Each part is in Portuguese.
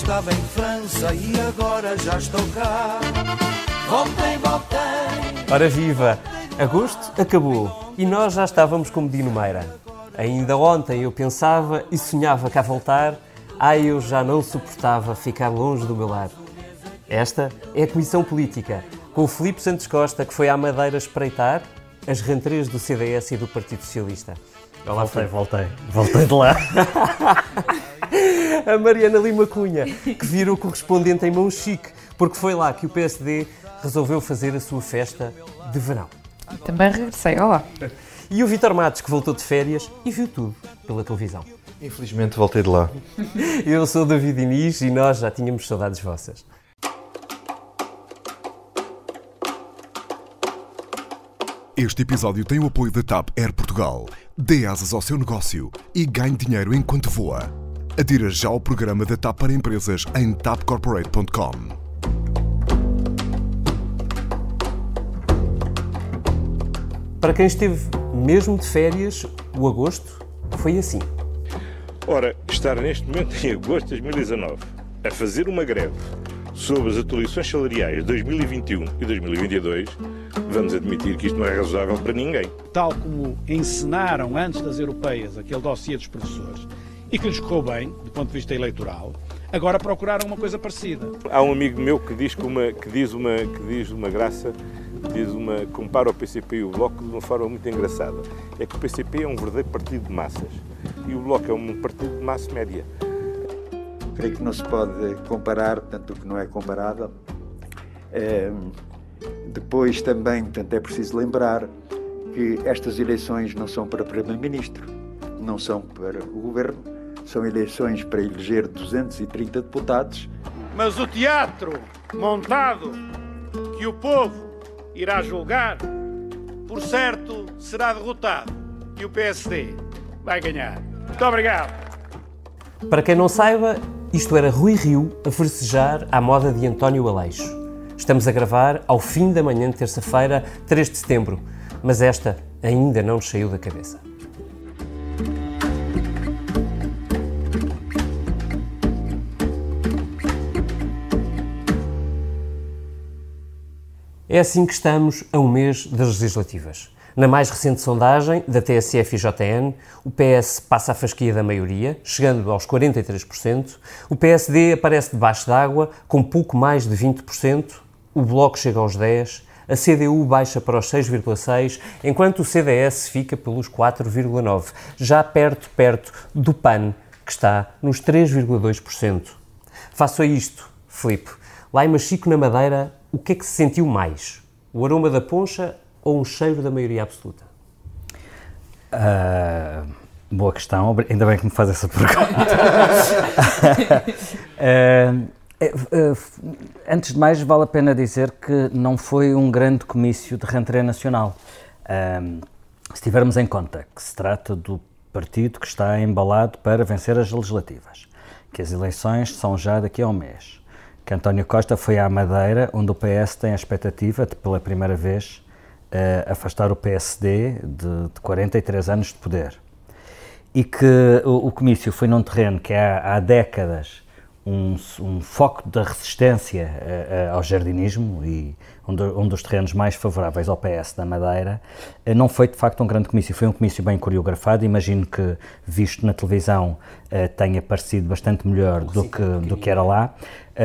estava em França e agora já estou cá. Voltei, voltei. Ora viva! Agosto acabou e nós já estávamos com Medino Meira. Ainda ontem eu pensava e sonhava cá voltar. Ai, eu já não suportava ficar longe do meu lar. Esta é a Comissão Política, com o Filipe Santos Costa, que foi à Madeira espreitar as rentrées do CDS e do Partido Socialista. Olá, voltei de lá. A Mariana Lima Cunha, que virou correspondente em Monchique, porque foi lá que o PSD resolveu fazer a sua festa de verão. Também regressei, olá. E o Vítor Matos, que voltou de férias e viu tudo pela televisão. Infelizmente voltei de lá. Eu sou o David Inês e nós já tínhamos saudades vossas. Este episódio tem o apoio da TAP Air Portugal. Dê asas ao seu negócio e ganhe dinheiro enquanto voa. Adira já ao programa da TAP para empresas em tapcorporate.com. Para quem esteve mesmo de férias, o agosto foi assim. Ora, estar neste momento em agosto de 2019 a fazer uma greve sobre as atualizações salariais de 2021 e 2022, vamos admitir que isto não é razoável para ninguém. Tal como encenaram antes das europeias aquele dossiê dos professores e que lhes correu bem, do ponto de vista eleitoral, agora procuraram uma coisa parecida. Há um amigo meu que diz compara o PCP e o Bloco de uma forma muito engraçada. É que o PCP é um verdadeiro partido de massas e o Bloco é um partido de massa média. Creio que não se pode comparar, tanto o que não é comparável. Depois também, portanto, é preciso lembrar que estas eleições não são para Primeiro-Ministro, não são para o Governo, são eleições para eleger 230 deputados. Mas o teatro montado que o povo irá julgar, por certo, será derrotado e o PSD vai ganhar. Muito obrigado. Para quem não saiba, isto era Rui Rio a forcejar à moda de António Aleixo. Estamos a gravar ao fim da manhã de terça-feira, 3 de setembro, mas esta ainda não nos saiu da cabeça. É assim que estamos a um mês das legislativas. Na mais recente sondagem da TSF e JN, o PS passa a fasquia da maioria, chegando aos 43%, o PSD aparece debaixo d'água, com pouco mais de 20%, o Bloco chega aos 10%, a CDU baixa para os 6,6%, enquanto o CDS fica pelos 4,9%, já perto do PAN, que está nos 3,2%. Face a isto, Filipe, lá em Machico, na Madeira, o que é que se sentiu mais? O aroma da poncha ou um cheiro da maioria absoluta? Boa questão, ainda bem que me faz essa pergunta. Antes de mais, vale a pena dizer que não foi um grande comício de rentrée nacional. Se tivermos em conta que se trata do partido que está embalado para vencer as legislativas, que as eleições são já daqui a um mês, que António Costa foi à Madeira, onde o PS tem a expectativa de, pela primeira vez, afastar o PSD de 43 anos de poder. E que o comício foi num terreno que há décadas um foco da resistência ao jardinismo e um dos terrenos mais favoráveis ao PS da Madeira. Não foi de facto um grande comício, foi um comício bem coreografado. Imagino que, visto na televisão, tenha parecido bastante melhor do que era lá.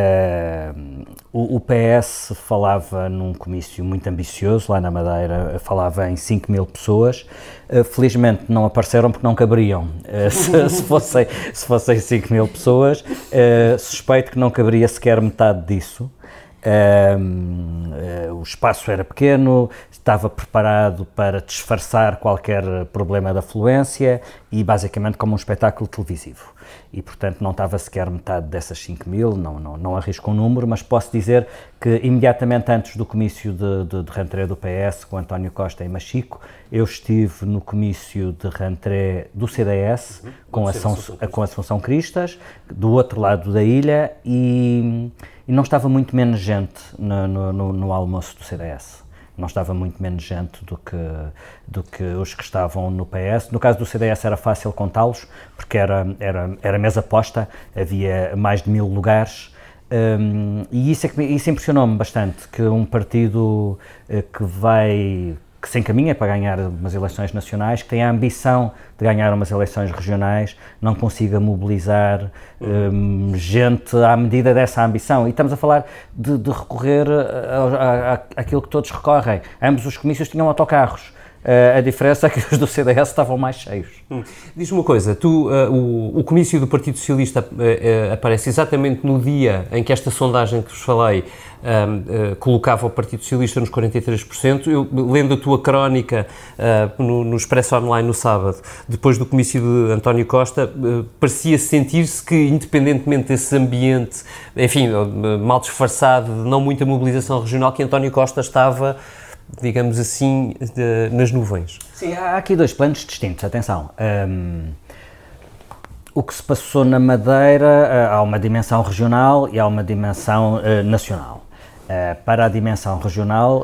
O PS falava num comício muito ambicioso lá na Madeira, falava em 5 mil pessoas. Felizmente não apareceram porque não caberiam. Se fossem 5 mil pessoas, suspeito que não caberia sequer metade disso. O espaço era pequeno, estava preparado para disfarçar qualquer problema de afluência e basicamente como um espetáculo televisivo. E, portanto, não estava sequer metade dessas 5 mil, não arrisco um número, mas posso dizer que imediatamente antes do comício de rentrée do PS com António Costa em Machico, eu estive no comício de rentrée do CDS com Assunção Cristas, do outro lado da ilha, e não estava muito menos gente no almoço do CDS. não estava muito menos gente do que os que estavam no PS. No caso do CDS era fácil contá-los, porque era mesa posta, havia mais de 1000 lugares, e isso impressionou-me bastante, que um partido que se encaminha para ganhar umas eleições nacionais, que tem a ambição de ganhar umas eleições regionais, não consiga mobilizar gente à medida dessa ambição. E estamos a falar de recorrer àquilo que todos recorrem. Ambos os comícios tinham autocarros. A diferença é que os do CDS estavam mais cheios. Diz-me uma coisa, o comício do Partido Socialista aparece exatamente no dia em que esta sondagem que vos falei colocava o Partido Socialista nos 43%. Eu, lendo a tua crónica no Expresso Online no sábado, depois do comício de António Costa, parecia sentir-se que, independentemente desse ambiente, enfim, mal disfarçado, de não muita mobilização regional, que António Costa estava, digamos assim, nas nuvens. Sim, há aqui dois planos distintos, atenção. O que se passou na Madeira, há uma dimensão regional e há uma dimensão nacional. Para a dimensão regional,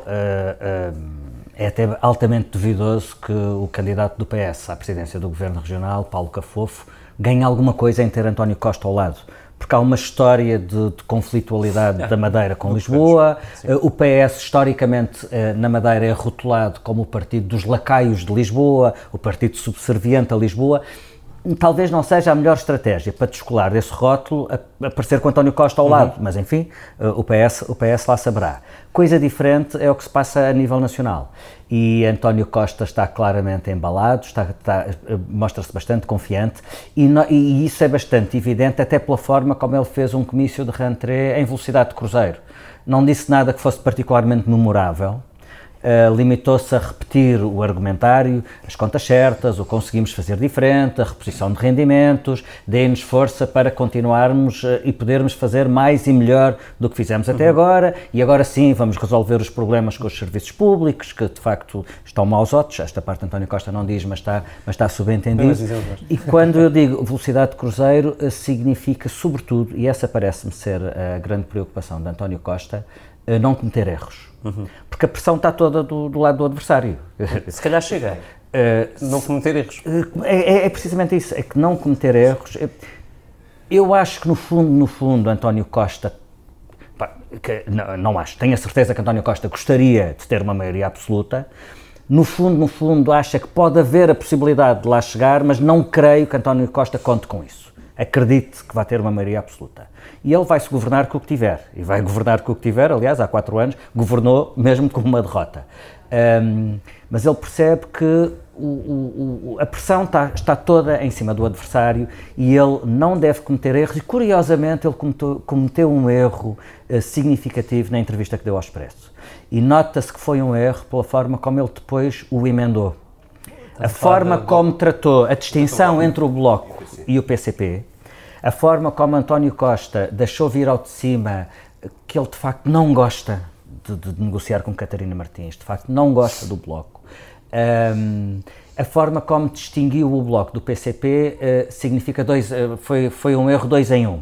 é até altamente duvidoso que o candidato do PS à presidência do Governo Regional, Paulo Cafofo, ganhe alguma coisa em ter António Costa ao lado. Porque há uma história de conflitualidade da Madeira com Lisboa. O PS, historicamente, na Madeira é rotulado como o partido dos lacaios de Lisboa, o partido subserviente a Lisboa. Talvez não seja a melhor estratégia para descolar desse rótulo aparecer com António Costa ao lado, mas enfim, o PS lá saberá. Coisa diferente é o que se passa a nível nacional. E António Costa está claramente embalado, mostra-se bastante confiante e isso é bastante evidente até pela forma como ele fez um comício de rentrée em velocidade de cruzeiro. Não disse nada que fosse particularmente memorável. Limitou-se a repetir o argumentário, as contas certas, o conseguimos fazer diferente, a reposição de rendimentos, deem-nos força para continuarmos e podermos fazer mais e melhor do que fizemos até agora, e agora sim vamos resolver os problemas com os serviços públicos, que de facto estão maus otos. Esta parte António Costa não diz, mas está subentendido. E quando eu digo velocidade de cruzeiro, significa sobretudo, e essa parece-me ser a grande preocupação de António Costa, não cometer erros. Porque a pressão está toda do lado do adversário. Se calhar chega. Não cometer erros. É precisamente isso, é que não cometer erros. Eu acho que no fundo, António Costa, não acho, tenho a certeza que António Costa gostaria de ter uma maioria absoluta. No fundo, acha que pode haver a possibilidade de lá chegar, mas não creio que António Costa conte com isso. Acredite que vai ter uma maioria absoluta. E ele vai-se governar com o que tiver. E vai governar com o que tiver, aliás, há 4 anos, governou mesmo com uma derrota. Mas ele percebe que a pressão está toda em cima do adversário e ele não deve cometer erros. E, curiosamente, ele cometeu um erro significativo na entrevista que deu ao Expresso. E nota-se que foi um erro pela forma como ele depois o emendou. A forma como tratou a distinção entre o Bloco e o PCP, a forma como António Costa deixou vir ao de cima que ele de facto não gosta de negociar com Catarina Martins, de facto não gosta do Bloco, a forma como distinguiu o Bloco do PCP significa foi um erro 2 em 1.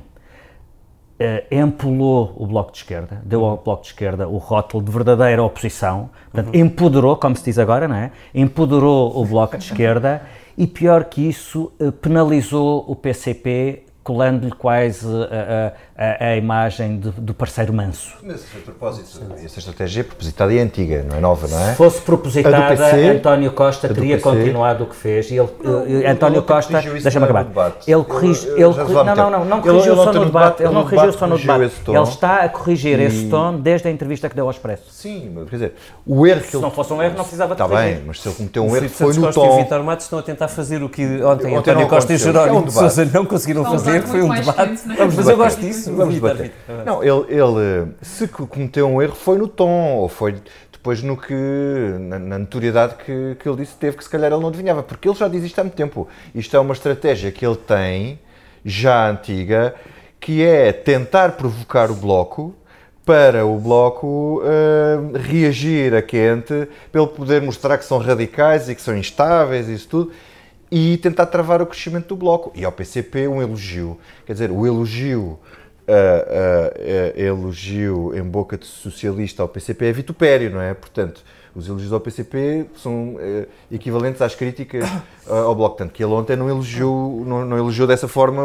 Empolou o Bloco de Esquerda, deu ao Bloco de Esquerda o rótulo de verdadeira oposição, portanto, empoderou, como se diz agora, não é? Empoderou o Bloco de Esquerda e, pior que isso, penalizou o PCP, colando-lhe quase a imagem do parceiro manso. Mas, a propósito, essa estratégia propositada é antiga, não é nova, não é? Se fosse propositada, António Costa teria continuado o que fez. E António Costa, deixa-me acabar, ele corrige, não corrigiu só no debate, ele não corrigiu só no debate, ele está a corrigir esse tom desde a entrevista que deu ao Expresso. Sim, quer dizer, o erro que se não fosse um erro não precisava de corrigir. Está bem, mas se ele cometeu um erro foi no tom. E Vítor Matos estão a tentar fazer o que ontem António Costa e Jerónimo de Sousa não conseguiram fazer, que foi um debate. Mas eu gosto disso. Vamos debater. Não, ele se cometeu um erro foi no tom, ou foi depois na notoriedade que ele disse teve, que se calhar ele não adivinhava, porque ele já diz isto há muito tempo. Isto é uma estratégia que ele tem, já antiga, que é tentar provocar o Bloco, para o Bloco reagir a quente, para ele poder mostrar que são radicais e que são instáveis e isso tudo, e tentar travar o crescimento do Bloco. E ao PCP um elogio, quer dizer, o elogio em boca de socialista ao PCP é vitupério, não é? Portanto, Os elogios ao PCP são equivalentes às críticas ao Bloco, tanto que ele ontem não elogiou dessa forma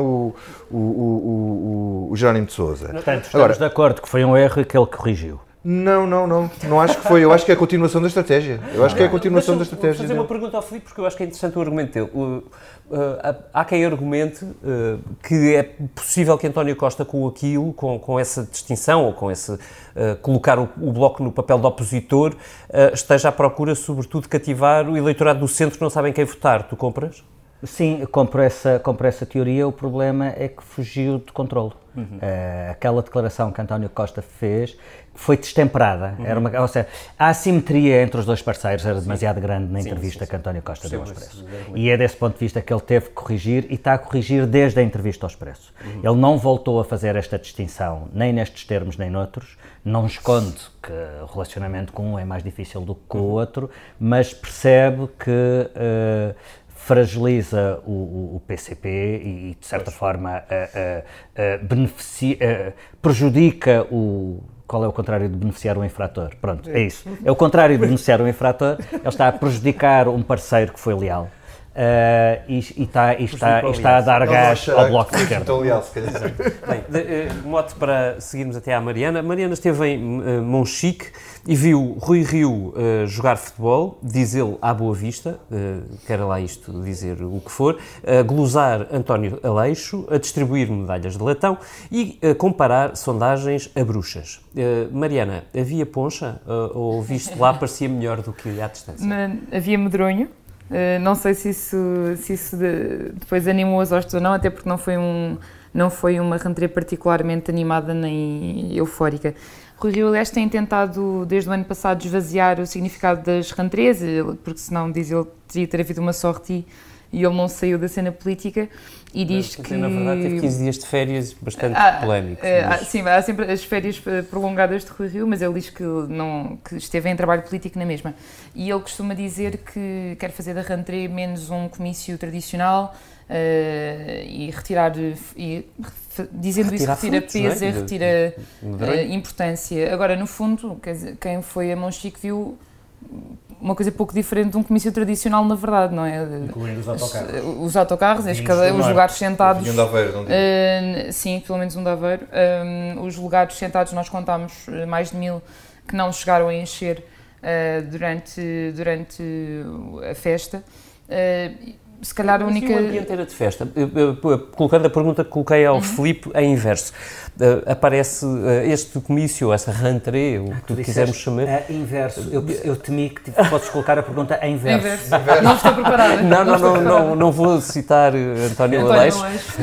o Jerónimo de Sousa. Portanto, estamos de acordo que foi um erro e que ele corrigiu. Não acho que foi. Eu acho que é a continuação da estratégia. Vou fazer uma pergunta ao Filipe, porque eu acho que é interessante o argumento dele. Há quem argumente que é possível que António Costa, com essa distinção, ou com esse colocar o Bloco no papel de opositor, esteja à procura, sobretudo, de cativar o eleitorado do centro que não sabem quem votar. Tu compras? Sim, compro essa teoria. O problema é que fugiu de controle. Aquela declaração que António Costa fez foi destemperada. Ou seja, a assimetria entre os dois parceiros era demasiado grande na entrevista que António Costa deu ao Expresso. E é desse ponto de vista que ele teve que corrigir, e está a corrigir desde a entrevista ao Expresso. Ele não voltou a fazer esta distinção, nem nestes termos, nem noutros. Não esconde que o relacionamento com um é mais difícil do que com o outro, mas percebe que fragiliza o PCP e de certa forma, prejudica Qual é o contrário de beneficiar um infrator? Pronto, é isso. É o contrário de beneficiar um infrator. Ele está a prejudicar um parceiro que foi leal. E está a dar gás ao Bloco de Esquerda. Bem, mote para seguirmos até à Mariana. Mariana esteve em Monchique e viu Rui Rio jogar futebol, diz ele à Boa Vista, quer lá isto dizer o que for, a glosar António Aleixo, a distribuir medalhas de latão e a comparar sondagens a bruxas. Mariana, havia poncha ou visto lá parecia melhor do que à distância? Havia medronho. Não sei se isso depois animou os hóspedes ou não, até porque não foi uma rentrée particularmente animada nem eufórica. Rui Rio, aliás, tem tentado desde o ano passado esvaziar o significado das rentrées, porque senão, diz ele, teria ter havido uma sorte e ele não saiu da cena política e diz que... Na verdade teve 15 dias de férias bastante polémicos. Sim, há sempre as férias prolongadas de Rui Rio, mas ele diz que esteve em trabalho político na mesma. E ele costuma dizer que quer fazer da rentrée menos um comício tradicional e retirar... dizendo isso, retira peso e retira importância. Agora, no fundo, quem foi a Monchique viu uma coisa pouco diferente de um comício tradicional, na verdade, não é? Incluindo os autocarros. Os autocarros, os lugares sentados. Um de Aveiro, não digo. Sim, pelo menos um de Aveiro. Os lugares sentados, nós contámos mais de 1000 que não chegaram a encher durante a festa. Se calhar a única... Mas o ambiente era de festa. Colocando a pergunta que coloquei ao Filipe em inverso. Aparece este comício, essa rentrée, o que quisermos chamar. Inverso. Eu temi que podes colocar a pergunta em inverso. Não estou preparada. Não vou citar António Aleixo.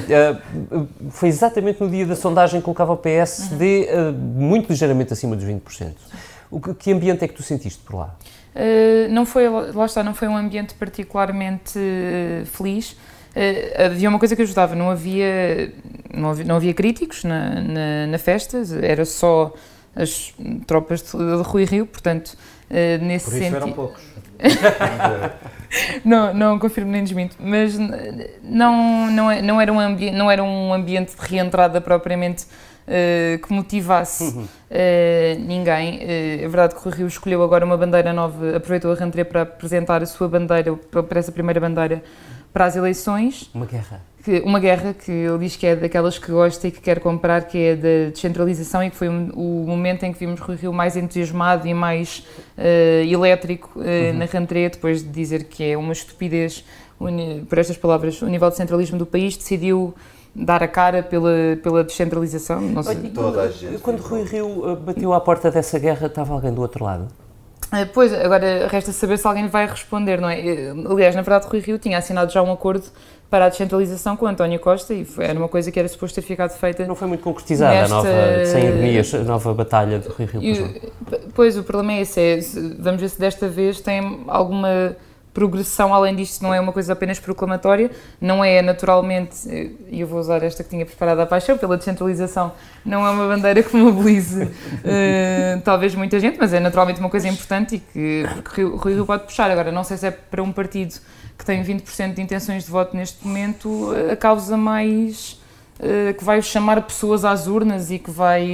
Foi exatamente no dia da sondagem que colocava o PSD muito ligeiramente acima dos 20%. Que ambiente é que tu sentiste por lá? Não foi um ambiente particularmente feliz. Havia uma coisa que ajudava, não havia críticos na festa, era só as tropas de Rui Rio, portanto, nesse por isso sentido... eram poucos. Não confirmo nem desminto, mas não era um ambiente de reentrada propriamente que motivasse ninguém. É verdade que o Rui Rio escolheu agora uma bandeira nova, aproveitou a rentrée para apresentar a sua bandeira, para essa primeira bandeira, para as eleições. Uma guerra que ele diz que é daquelas que gosta e que quer comprar, que é da descentralização, e que foi o momento em que vimos Rui Rio mais entusiasmado e mais elétrico na rentrée, depois de dizer que é uma estupidez, por estas palavras, o nível de centralismo do país, decidiu dar a cara pela descentralização. Não sei. Quando Rui Rio bateu à porta dessa guerra, estava alguém do outro lado? Pois, agora resta saber se alguém vai responder, não é? Aliás, na verdade, Rui Rio tinha assinado já um acordo para a descentralização com António Costa e era uma coisa que era suposto ter ficado feita. Não foi muito concretizada sem ironias, a nova batalha de Rui Rio. Pois, o problema é esse, vamos ver se desta vez tem alguma progressão, além disto, não é uma coisa apenas proclamatória, não é naturalmente, e eu vou usar esta que tinha preparado à paixão, pela descentralização, não é uma bandeira que mobilize talvez muita gente, mas é naturalmente uma coisa importante e que Rui Rio pode puxar. Agora, não sei se é para um partido que tem 20% de intenções de voto neste momento a causa mais... que vai chamar pessoas às urnas e que vai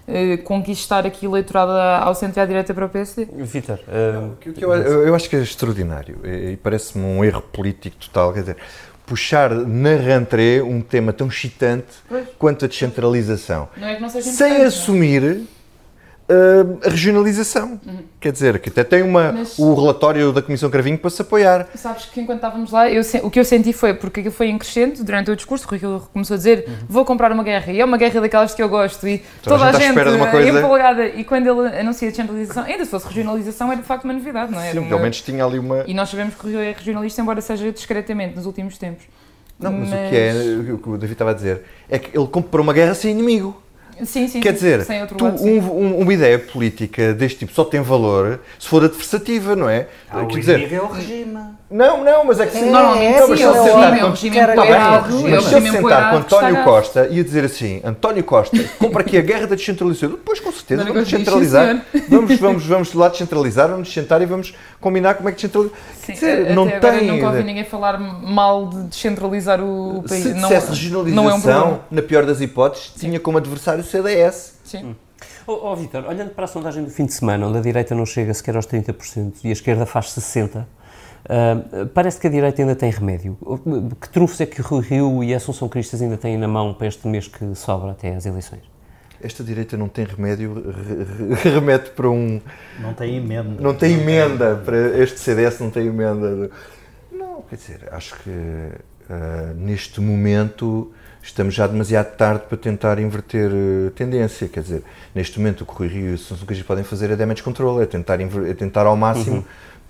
conquistar aqui eleitorado ao centro e à direita para o PSD. Vítor, eu acho que é extraordinário e parece-me um erro político total, quer dizer, puxar na rentrée um tema tão excitante quanto a descentralização, Não é que não seja sem importante, assumir a regionalização. Quer dizer, que até tem o relatório da Comissão Cravinho para se apoiar. Sabes que enquanto estávamos lá, o que eu senti foi, porque aquilo foi em crescente durante o discurso, o Rui Rio começou a dizer vou comprar uma guerra, e é uma guerra daquelas que eu gosto, e toda a gente empolgada, e quando ele anuncia a descentralização, ainda se fosse regionalização, era de facto uma novidade, não é? Sim, pelo menos tinha ali uma... E nós sabemos que o Rui Rio é regionalista, embora seja discretamente nos últimos tempos. Não, mas o que o David estava a dizer é que ele comprou uma guerra sem inimigo. Sim, Quer dizer, sem outro lado, uma ideia política deste tipo só tem valor se for adversativa, não é? Quer dizer, é o regime. Não, mas é que sim. Normalmente sim, é o regime empoderado. Mas se ele sentar com António Costa e a dizer assim, António Costa, compra aqui a guerra da descentralização, depois com certeza vamos descentralizar. Vamos lá descentralizar, vamos sentar e vamos combinar como é que descentralizar. Quer dizer, não tem... Nunca ouvi ninguém falar mal de descentralizar o país. Se dissesse regionalização, na pior das hipóteses, tinha como adversário o CDS. Sim. Vítor, olhando para a sondagem do fim de semana, onde a direita não chega sequer aos 30% e a esquerda faz 60%, parece que a direita ainda tem remédio. Que trunfos é que o Rui Rio e a Assunção Cristas ainda têm na mão para este mês que sobra até às eleições? Esta direita não tem remédio, remete para um... Não tem emenda. Não tem emenda, para este CDS não tem emenda. Não, quer dizer, acho que neste momento estamos já demasiado tarde para tentar inverter tendência, quer dizer, neste momento o que o Rui Rio e a Assunção Cristas podem fazer é damage control, é tentar ao máximo...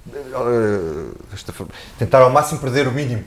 tentar ao máximo perder o mínimo.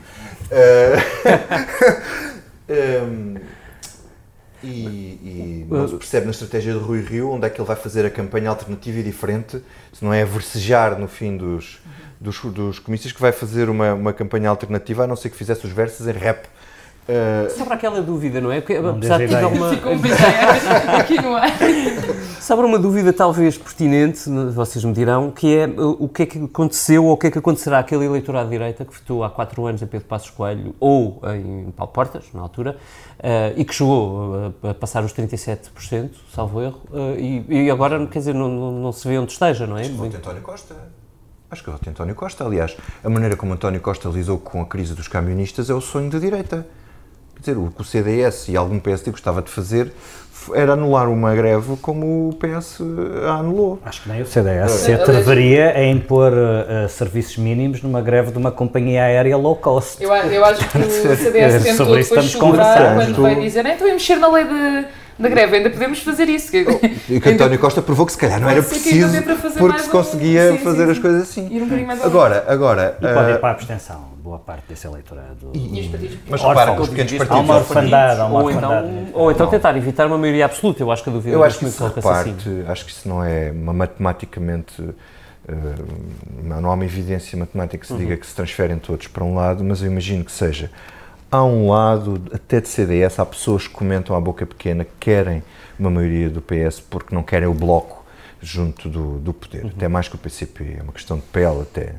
E não se percebe na estratégia do Rui Rio onde é que ele vai fazer a campanha alternativa e diferente, se não é versejar no fim dos comícios, que vai fazer uma campanha alternativa, a não ser que fizesse os versos em rap. Sobre aquela dúvida, não é? Porque, não apesar de ter uma... aqui no ar. Sobre uma dúvida talvez pertinente, vocês me dirão, que é o que é que aconteceu ou o que é que acontecerá àquele eleitorado de direita que votou há 4 anos em Pedro Passos Coelho ou em Paulo Portas, na altura, e que chegou a passar os 37%, salvo erro, e agora, quer dizer, não se vê onde esteja, não é? Acho que votou António Costa. Acho que votou António Costa. Aliás, a maneira como António Costa lidou com a crise dos camionistas é o sonho da direita. Quer dizer, o que o CDS e algum PSD gostava de fazer era anular uma greve como o PS a anulou. Acho que nem o CDS se atreveria a impor serviços mínimos numa greve de uma companhia aérea low cost. Eu acho que o CDS tentou depois chorar quando vai dizer então ia mexer na lei da greve, ainda podemos fazer isso. E que António Costa provou que se calhar não era preciso porque se conseguia fazer as coisas assim. Ir um bocadinho mais agora e pode ir para a abstenção, boa parte desse eleitorado. Mas repara que os pequenos partidos... Há uma orfandade, ou então tentar evitar uma maioria absoluta, eu acho que a dúvida... Eu acho que isso reparte, acho que isso não é uma matematicamente... não há uma evidência matemática que se diga que se transferem todos para um lado, mas eu imagino que seja... Há um lado, até de CDS, há pessoas que comentam à boca pequena que querem uma maioria do PS porque não querem o Bloco junto do poder, até mais que o PCP, é uma questão de pele até.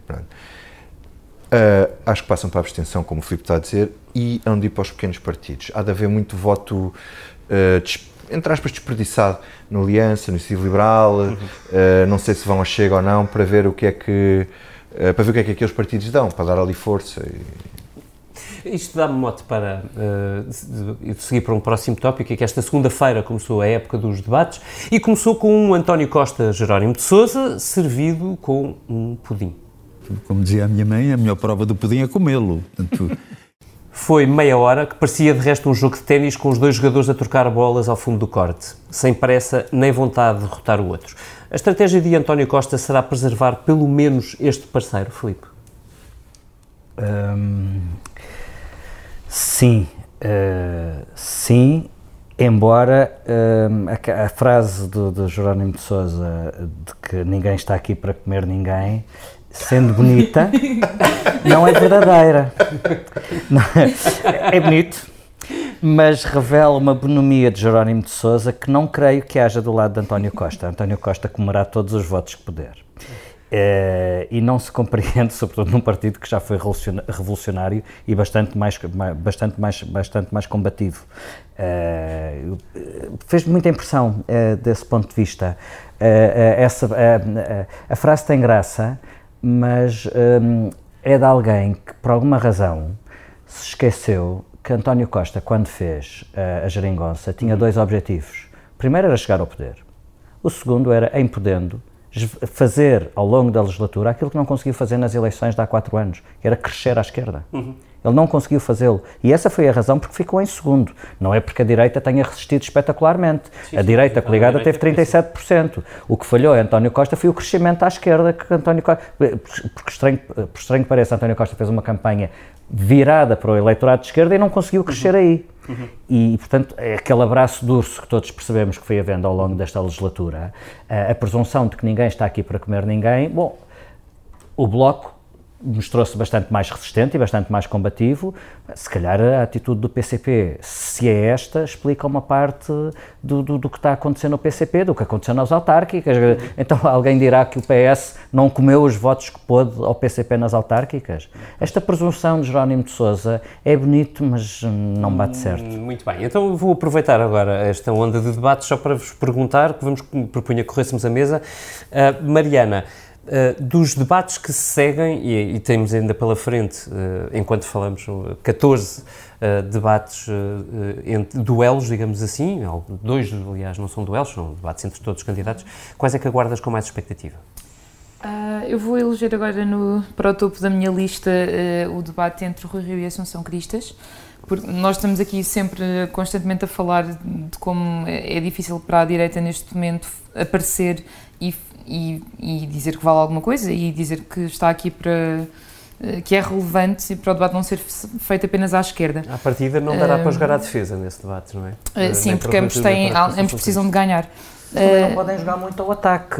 Acho que passam para a abstenção, como o Filipe está a dizer, e hão de ir para os pequenos partidos. Há de haver muito voto, entre aspas, desperdiçado no Aliança, no Iniciativa Liberal, não sei se vão a Chega ou não, para ver o que é que aqueles partidos dão, para dar ali força. Isto dá-me mote para seguir para um próximo tópico, que esta segunda-feira começou a época dos debates e começou com um António Costa Jerónimo de Sousa servido com um pudim. Como dizia a minha mãe, a melhor prova do pudim é comê-lo. Portanto... Foi meia hora que parecia de resto um jogo de ténis com os dois jogadores a trocar bolas ao fundo do corte, sem pressa nem vontade de derrotar o outro. A estratégia de António Costa será preservar pelo menos este parceiro, Filipe? Sim, embora a frase do Jerónimo de Sousa de que ninguém está aqui para comer ninguém, sendo bonita, não é verdadeira. É bonito, mas revela uma bonomia de Jerónimo de Sousa que não creio que haja do lado de António Costa. António Costa comerá todos os votos que puder. E não se compreende, sobretudo num partido que já foi revolucionário e bastante mais combativo. Fez muita impressão desse ponto de vista. A frase tem graça, mas é de alguém que, por alguma razão, se esqueceu que António Costa, quando fez a geringonça, tinha 2 objetivos. O primeiro era chegar ao poder. O segundo era, em podendo, fazer ao longo da legislatura aquilo que não conseguiu fazer nas eleições de há 4 anos, que era crescer à esquerda. Ele não conseguiu fazê-lo. E essa foi a razão porque ficou em segundo. Não é porque a direita tenha resistido espetacularmente. A direita coligada teve 37%. O que falhou a António Costa foi o crescimento à esquerda que António Costa... Por estranho que pareça, António Costa fez uma campanha virada para o eleitorado de esquerda e não conseguiu crescer aí. E, portanto, é aquele abraço de urso que todos percebemos que foi havendo ao longo desta legislatura, a presunção de que ninguém está aqui para comer ninguém. Bom, o Bloco mostrou-se bastante mais resistente e bastante mais combativo. Se calhar a atitude do PCP, se é esta, explica uma parte do que está a acontecer no PCP, do que aconteceu nas autárquicas. Então alguém dirá que o PS não comeu os votos que pôde ao PCP nas autárquicas. Esta presunção de Jerónimo de Sousa é bonito, mas não bate certo. Muito bem, então eu vou aproveitar agora esta onda de debates só para vos perguntar, que propunha que corrêssemos a mesa. Mariana, dos debates que se seguem, e temos ainda pela frente, enquanto falamos, 14 debates, duelos, digamos assim, 2, aliás, não são duelos, são debates entre todos os candidatos. Quais é que aguardas com mais expectativa? Eu vou eleger agora para o topo da minha lista o debate entre o Rui Rio e Assunção Cristas, porque nós estamos aqui sempre constantemente a falar de como é difícil para a direita neste momento aparecer e dizer que vale alguma coisa e dizer que está aqui que é relevante e para o debate não ser feito apenas à esquerda. À partida não dará para jogar à defesa nesse debate, não é? Sim, porque ambos precisam de ganhar. Não podem jogar muito ao ataque.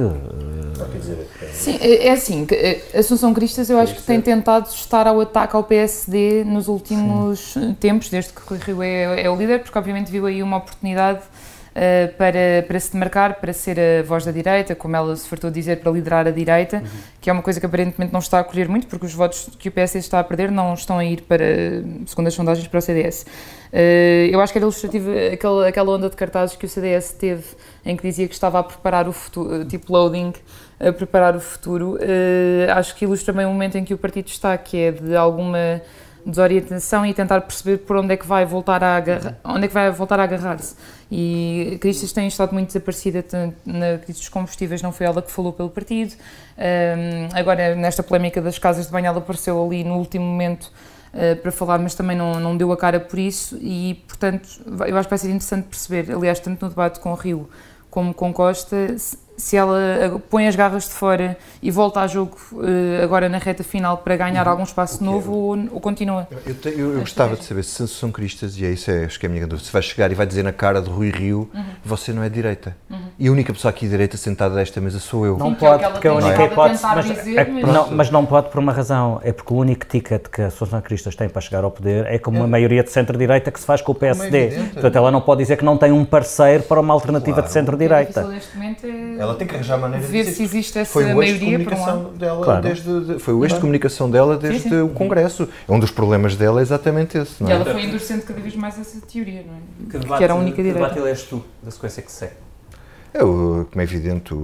Sim, é assim, Assunção Cristas eu acho que tem tentado estar ao ataque ao PSD nos últimos tempos, desde que Rui Rio é o líder, porque obviamente viu aí uma oportunidade para se demarcar, para ser a voz da direita, como ela se fartou de dizer, para liderar a direita, que é uma coisa que aparentemente não está a colher muito, porque os votos que o PSD está a perder não estão a ir para, segundo as sondagens, para o CDS. Eu acho que era ilustrativo aquela onda de cartazes que o CDS teve, em que dizia que estava a preparar o futuro, tipo loading, a preparar o futuro. Acho que ilustra bem o momento em que o partido está, que é de alguma desorientação e tentar perceber por onde é que vai voltar a agarrar-se. E Cristas tem estado muito desaparecida na crise dos combustíveis, não foi ela que falou pelo partido. Agora, nesta polémica das casas de banho, ela apareceu ali no último momento para falar, mas também não deu a cara por isso e, portanto, eu acho que vai ser interessante perceber, aliás, tanto no debate com o Rio como com Costa, se ela põe as garras de fora e volta a jogo agora na reta final para ganhar algum espaço novo ou continua? Eu gostava de saber se são cristas, e é isso, acho que é a minha dúvida, se vai chegar e vai dizer na cara de Rui Rio, você não é direita. E a única pessoa aqui direita sentada desta mesa sou eu. Não pode, porque é a única hipótese, mas não pode por uma razão, é porque o único ticket que a Assunção Cristas tem para chegar ao poder é como uma maioria de centro-direita que se faz com o PSD. Portanto, ela não pode dizer que não tem um parceiro para uma alternativa de centro-direita. Ela tem que arranjar maneira de ver se existe essa maioria por um lado. Foi o eixo de comunicação dela desde o Congresso. Um dos problemas dela é exatamente esse. Não é? E ela foi endurecendo cada vez mais essa teoria, não é? Que era a única direita. Que debate elege tu, da sequência que se segue? Como é evidente,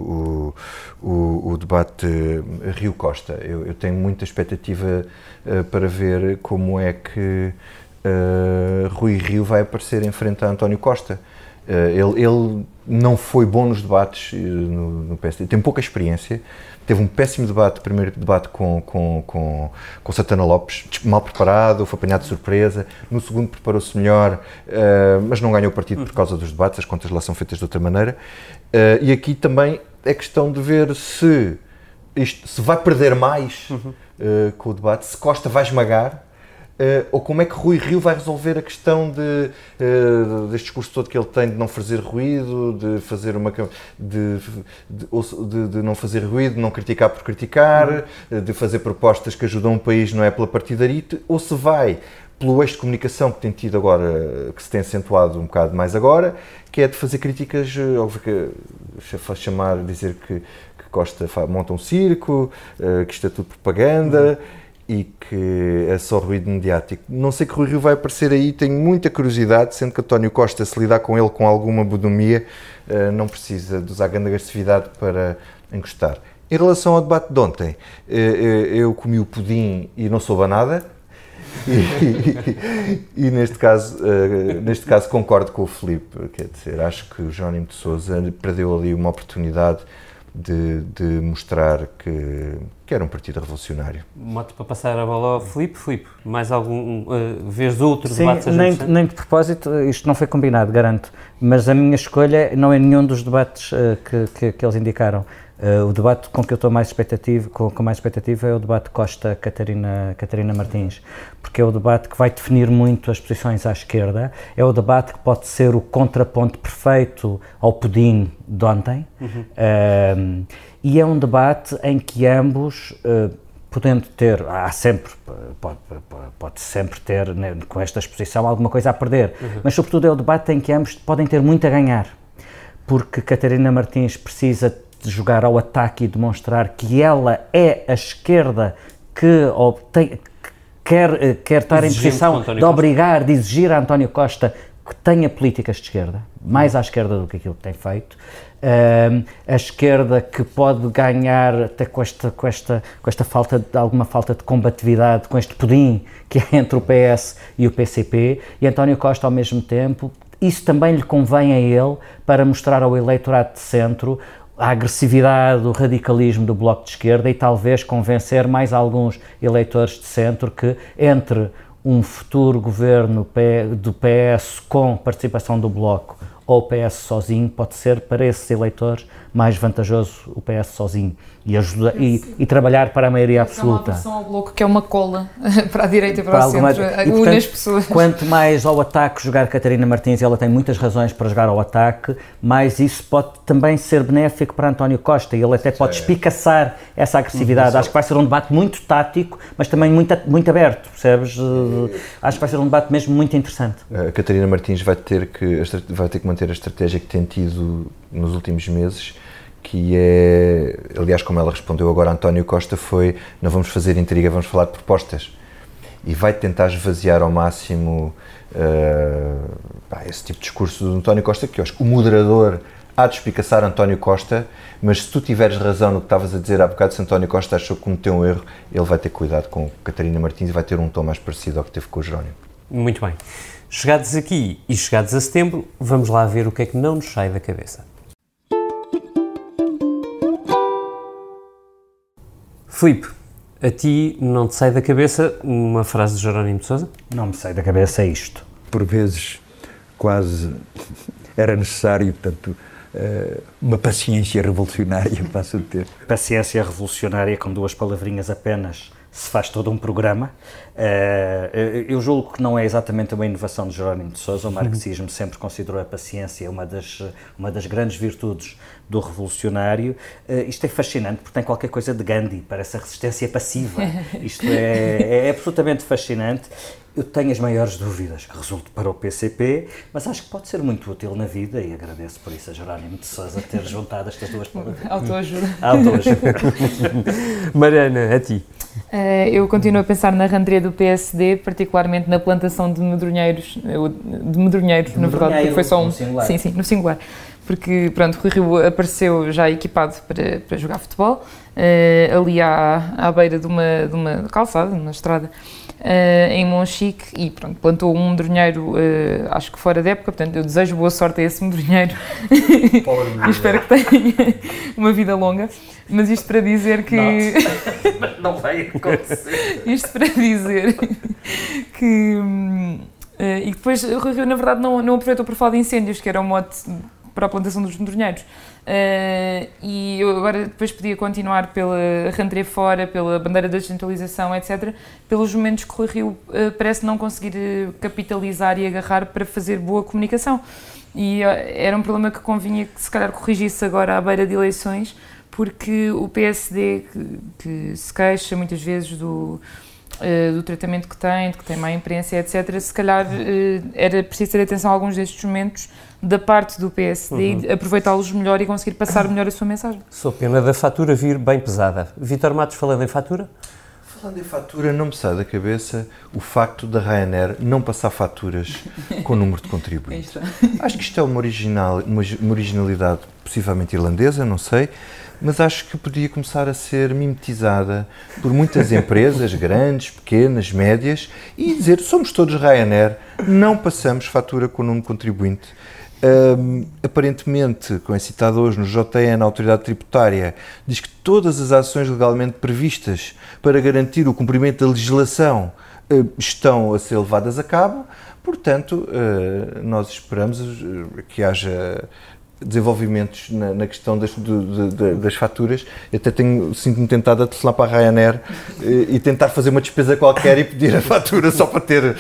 o debate Rio-Costa. Eu tenho muita expectativa para ver como é que Rui Rio vai aparecer em frente a António Costa. Ele não foi bom nos debates no PSD, tem pouca experiência, teve um péssimo debate, primeiro debate com Santana Lopes, mal preparado, foi apanhado de surpresa, no segundo preparou-se melhor, mas não ganhou o partido por causa dos debates, as contas lá são feitas de outra maneira, e aqui também é questão de ver se vai perder mais com o debate, se Costa vai esmagar, ou como é que Rui Rio vai resolver a questão deste discurso todo que ele tem de não fazer ruído, de não fazer ruído, de não criticar por criticar, de fazer propostas que ajudam o país, não é pela partidarite, ou se vai pelo eixo de comunicação que tem tido agora, que se tem acentuado um bocado mais agora, que é de fazer críticas, óbvio que dizer que Costa monta um circo, que isto é tudo propaganda e que é só ruído mediático. Não sei que Rui Rio vai aparecer aí, tenho muita curiosidade, sendo que António Costa, se lidar com ele com alguma bodomia, não precisa de usar grande agressividade para encostar. Em relação ao debate de ontem, eu comi o pudim e não soube a nada. E neste caso concordo com o Filipe, quer dizer, acho que o Jerónimo de Sousa perdeu ali uma oportunidade de mostrar que era um partido revolucionário. Moto para passar a bola ao Filipe. Filipe, mais algum, vês outro debate? Sim, nem de propósito, isto não foi combinado, garanto, mas a minha escolha não é nenhum dos debates que eles indicaram. O debate com que eu estou mais expectativa, com mais expectativa é o debate Costa-Catarina Martins, porque é o debate que vai definir muito as posições à esquerda, é o debate que pode ser o contraponto perfeito ao pudim de ontem, e é um debate em que ambos, podendo ter, pode sempre ter, né, com esta exposição, alguma coisa a perder, mas sobretudo é o debate em que ambos podem ter muito a ganhar, porque Catarina Martins precisa de jogar ao ataque e demonstrar que ela é a esquerda que quer estar em posição de obrigar, de exigir a António Costa que tenha políticas de esquerda, mais à esquerda do que aquilo que tem feito. A esquerda que pode ganhar até com esta falta de alguma falta de combatividade, com este pudim que é entre o PS e o PCP, e António Costa ao mesmo tempo. Isso também lhe convém a ele para mostrar ao eleitorado de centro a agressividade, o radicalismo do Bloco de Esquerda e talvez convencer mais alguns eleitores de centro que entre um futuro governo do PS com participação do Bloco ou o PS sozinho, pode ser para esses eleitores mais vantajoso o PS sozinho e trabalhar para a maioria absoluta. É uma aversão ao Bloco que é uma cola para a direita e para o centro, une as pessoas. Quanto mais ao ataque jogar Catarina Martins, ela tem muitas razões para jogar ao ataque, mas isso pode também ser benéfico para António Costa e ele até pode espicaçar essa agressividade. Acho que vai ser um debate muito tático, mas também muito aberto, percebes? Acho que vai ser um debate mesmo muito interessante. A Catarina Martins vai ter que manter a estratégia que tem tido nos últimos meses, que é, aliás, como ela respondeu agora a António Costa, foi: não vamos fazer intriga, vamos falar de propostas. E vai tentar esvaziar ao máximo esse tipo de discurso do António Costa, que eu acho que o moderador há de espicaçar António Costa, mas se tu tiveres razão no que estavas a dizer há bocado, se António Costa achou que cometeu um erro, ele vai ter cuidado com Catarina Martins e vai ter um tom mais parecido ao que teve com o Jerónimo. Muito bem. Chegados aqui e chegados a setembro, vamos lá ver o que é que não nos sai da cabeça. Filipe, a ti não te sai da cabeça uma frase de Jerónimo de Sousa? Não me sai da cabeça isto. Por vezes quase era necessário, portanto, uma paciência revolucionária, passo a ter. Paciência revolucionária com duas palavrinhas apenas se faz todo um programa. Eu julgo que não é exatamente uma inovação de Jerónimo de Sousa. O marxismo sempre considerou a paciência uma das grandes virtudes do revolucionário. Isto é fascinante porque tem qualquer coisa de Gandhi, parece a resistência passiva. Isto é absolutamente fascinante. Eu tenho as maiores dúvidas que resulte para o PCP, mas acho que pode ser muito útil na vida e agradeço por isso a Jerónimo de Sousa ter juntado estas duas palavras. Autoajuda. Mariana, a ti? Eu continuo a pensar na rentrée do PSD, particularmente na plantação de medronheiros, na verdade, porque foi só um. Sim, no singular. Porque, pronto, Rui Rio apareceu já equipado para jogar futebol, ali à beira de uma calçada, de uma estrada, em Monchique, e pronto, plantou um medronheiro, acho que fora da época, portanto eu desejo boa sorte a esse medronheiro e espero que tenha uma vida longa, mas isto para dizer que... Não vai acontecer. Isto para dizer que... e depois o Rui Rio, na verdade, não aproveitou para falar de incêndios, que era o mote para a plantação dos medronheiros. E eu agora depois podia continuar pela rentrée fora, pela bandeira da descentralização, etc., pelos momentos que o Rui Rio parece não conseguir capitalizar e agarrar para fazer boa comunicação. E era um problema que convinha que se calhar corrigisse agora à beira de eleições, porque o PSD, que se queixa muitas vezes do tratamento que tem, de que tem má imprensa, etc., se calhar era preciso ter atenção a alguns destes momentos da parte do PSD e aproveitá-los melhor e conseguir passar melhor a sua mensagem. Sou pena da fatura vir bem pesada. Vítor Matos, falando em fatura? Falando em fatura, não me sai da cabeça o facto da Ryanair não passar faturas com o número de contribuinte. Acho que isto é uma originalidade possivelmente irlandesa, não sei, mas acho que podia começar a ser mimetizada por muitas empresas, grandes, pequenas, médias, e dizer, somos todos Ryanair, não passamos fatura com o número de contribuinte. Aparentemente, como é citado hoje no JN, a Autoridade Tributária diz que todas as ações legalmente previstas para garantir o cumprimento da legislação estão a ser levadas a cabo, portanto, nós esperamos que haja desenvolvimentos na questão das faturas. Eu até sinto-me tentado a telefonar para a Ryanair e tentar fazer uma despesa qualquer e pedir a fatura só para ter...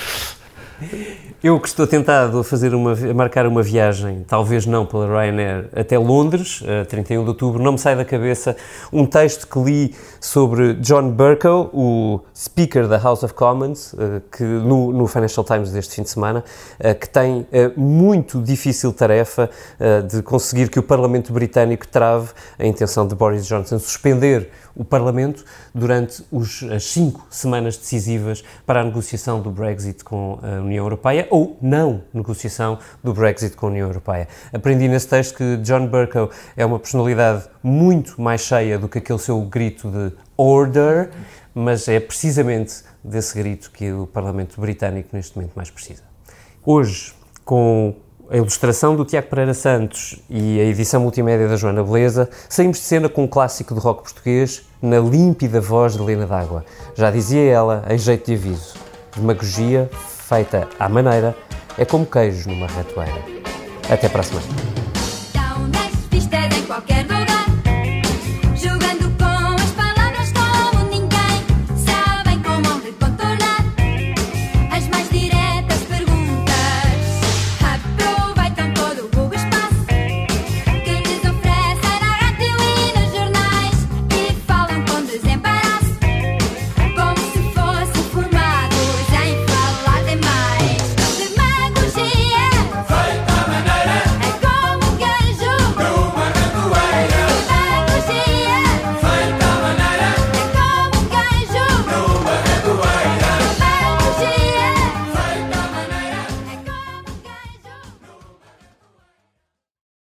Eu que estou tentado a marcar uma viagem, talvez não pela Ryanair, até Londres, 31 de outubro, não me sai da cabeça um texto que li sobre John Bercow, o Speaker da House of Commons, que no Financial Times deste fim de semana, que tem muito difícil tarefa de conseguir que o Parlamento Britânico trave a intenção de Boris Johnson suspender o Parlamento durante as 5 semanas decisivas para a negociação do Brexit com a União Europeia ou não negociação do Brexit com a União Europeia. Aprendi nesse texto que John Bercow é uma personalidade muito mais cheia do que aquele seu grito de order, mas é precisamente desse grito que o Parlamento Britânico neste momento mais precisa. Hoje, com a ilustração do Tiago Pereira Santos e a edição multimédia da Joana Beleza, saímos de cena com um clássico do rock português na límpida voz de Helena D'Água. Já dizia ela, em jeito de aviso, demagogia feita à maneira é como queijo numa ratoeira. Até para a semana.